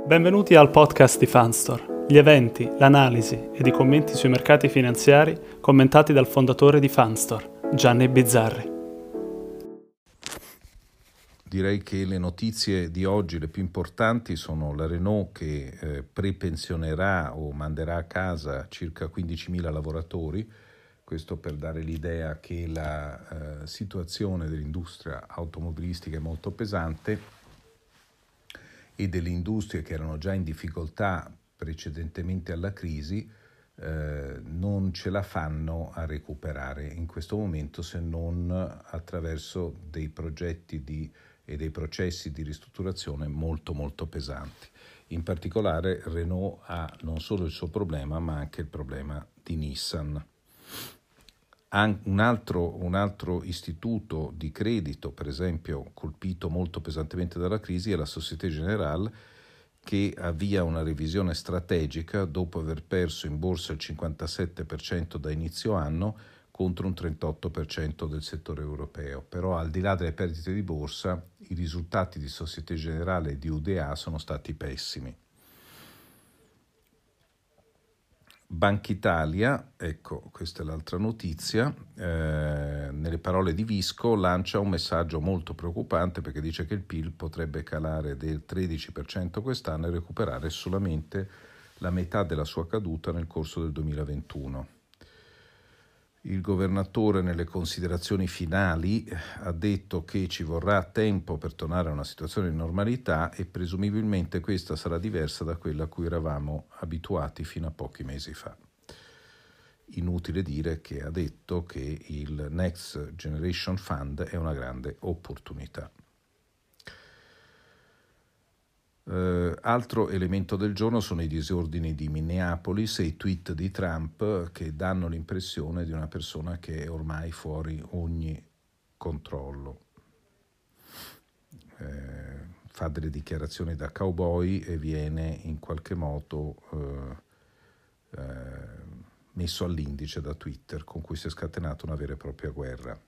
Benvenuti al podcast di Fanstore, gli eventi, l'analisi ed i commenti sui mercati finanziari commentati dal fondatore di Fanstore, Gianni Bizzarri. Direi che le notizie di oggi, le più importanti, sono la Renault che prepensionerà o manderà a casa circa 15.000 lavoratori, questo per dare l'idea che la situazione dell'industria automobilistica è molto pesante e delle industrie che erano già in difficoltà precedentemente alla crisi non ce la fanno a recuperare in questo momento, se non attraverso dei progetti e dei processi di ristrutturazione molto molto pesanti. In particolare Renault ha non solo il suo problema, ma anche il problema di Nissan. Un altro istituto di credito, per esempio, colpito molto pesantemente dalla crisi è la Société Générale, che avvia una revisione strategica dopo aver perso in borsa il 57% da inizio anno contro un 38% del settore europeo. Però al di là delle perdite di borsa, i risultati di Société Générale e di UDA sono stati pessimi. Banca Italia, ecco, questa è l'altra notizia, nelle parole di Visco lancia un messaggio molto preoccupante perché dice che il PIL potrebbe calare del 13% quest'anno e recuperare solamente la metà della sua caduta nel corso del 2021. Il governatore nelle considerazioni finali ha detto che ci vorrà tempo per tornare a una situazione di normalità e presumibilmente questa sarà diversa da quella a cui eravamo abituati fino a pochi mesi fa. Inutile dire che ha detto che il Next Generation Fund è una grande opportunità. Altro elemento del giorno sono i disordini di Minneapolis e i tweet di Trump che danno l'impressione di una persona che è ormai fuori ogni controllo. Fa delle dichiarazioni da cowboy e viene in qualche modo messo all'indice da Twitter, con cui si è scatenata una vera e propria guerra.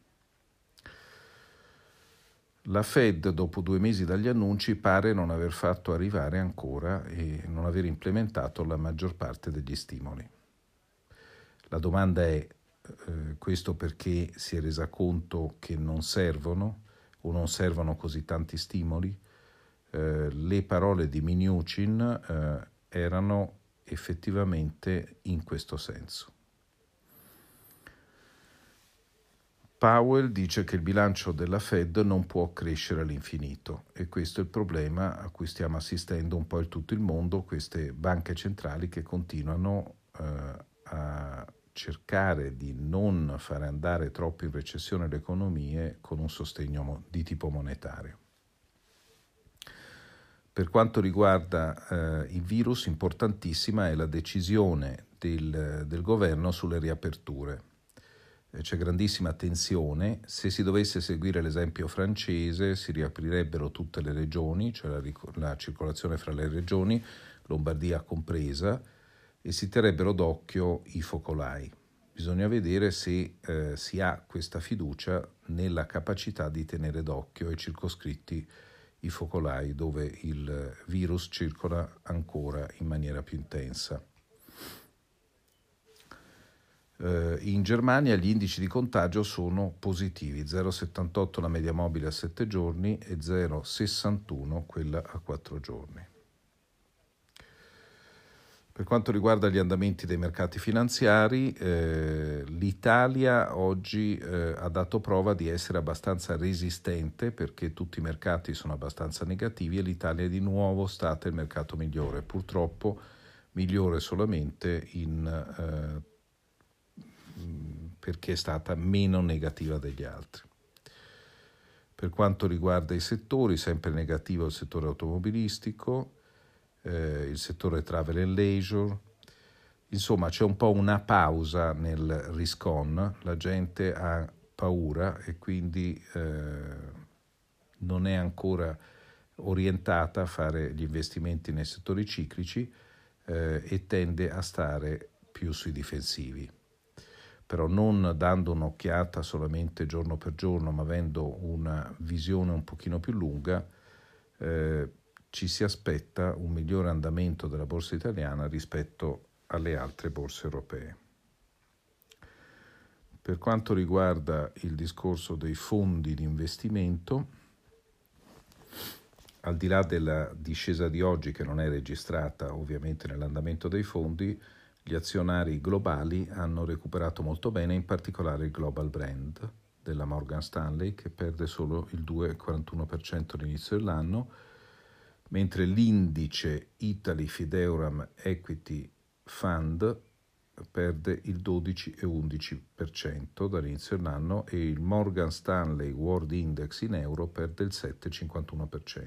La Fed, dopo 2 mesi dagli annunci, pare non aver fatto arrivare ancora e non aver implementato la maggior parte degli stimoli. La domanda è, questo perché si è resa conto che non servono o non servono così tanti stimoli? Le parole di Mnuchin erano effettivamente in questo senso. Powell dice che il bilancio della Fed non può crescere all'infinito e questo è il problema a cui stiamo assistendo un po' in tutto il mondo, queste banche centrali che continuano a cercare di non fare andare troppo in recessione le economie con un sostegno di tipo monetario. Per quanto riguarda il virus, importantissima è la decisione del governo sulle riaperture. C'è grandissima tensione. Se si dovesse seguire l'esempio francese, si riaprirebbero tutte le regioni, cioè la circolazione fra le regioni, Lombardia compresa, e si terrebbero d'occhio i focolai. Bisogna vedere se si ha questa fiducia nella capacità di tenere d'occhio e circoscritti i focolai dove il virus circola ancora in maniera più intensa. In Germania gli indici di contagio sono positivi, 0,78 la media mobile a 7 giorni e 0,61 quella a 4 giorni. Per quanto riguarda gli andamenti dei mercati finanziari, l'Italia oggi ha dato prova di essere abbastanza resistente perché tutti i mercati sono abbastanza negativi e l'Italia è di nuovo stata il mercato migliore, purtroppo migliore solamente perché è stata meno negativa degli altri. Per quanto riguarda i settori, sempre negativo il settore automobilistico, il settore travel and leisure, insomma c'è un po' una pausa nel risk on, la gente ha paura e quindi non è ancora orientata a fare gli investimenti nei settori ciclici e tende a stare più sui difensivi. Però non dando un'occhiata solamente giorno per giorno, ma avendo una visione un pochino più lunga, ci si aspetta un migliore andamento della borsa italiana rispetto alle altre borse europee. Per quanto riguarda il discorso dei fondi di investimento, al di là della discesa di oggi, che non è registrata ovviamente nell'andamento dei fondi, gli azionari globali hanno recuperato molto bene, in particolare il Global Brand della Morgan Stanley, che perde solo il 2,41% all'inizio dell'anno, mentre l'indice Italy Fideuram Equity Fund perde il 12,11% dall'inizio dell'anno e il Morgan Stanley World Index in euro perde il 7,51%.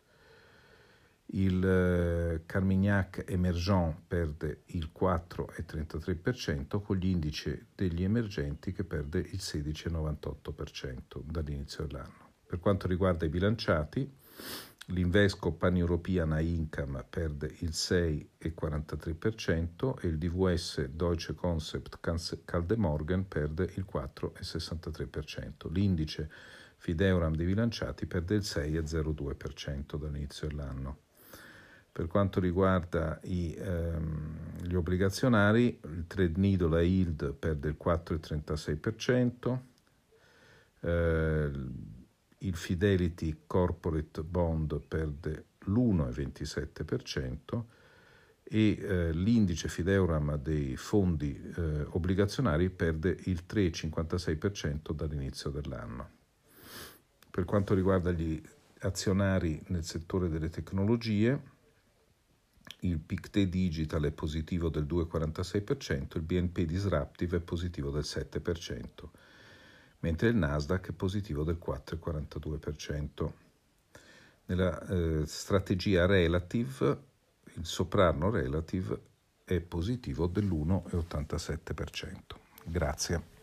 Il Carmignac Emergent perde il 4,33%, con gli indici degli emergenti che perde il 16,98% dall'inizio dell'anno. Per quanto riguarda i bilanciati, l'Invesco Pan European Income perde il 6,43% e il DWS Deutsche Concept Kaldemorgen perde il 4,63%. L'indice Fideuram dei bilanciati perde il 6,02% dall'inizio dell'anno. Per quanto riguarda gli obbligazionari, il Trade Needle Yield perde il 4,36%, il Fidelity Corporate Bond perde l'1,27% e l'indice Fideuram dei fondi obbligazionari perde il 3,56% dall'inizio dell'anno. Per quanto riguarda gli azionari nel settore delle tecnologie, il Pictet Digital è positivo del 2,46%, il BNP Disruptive è positivo del 7%, mentre il Nasdaq è positivo del 4,42%. Nella strategia relative, il Soprano Relative è positivo dell'1,87%. Grazie.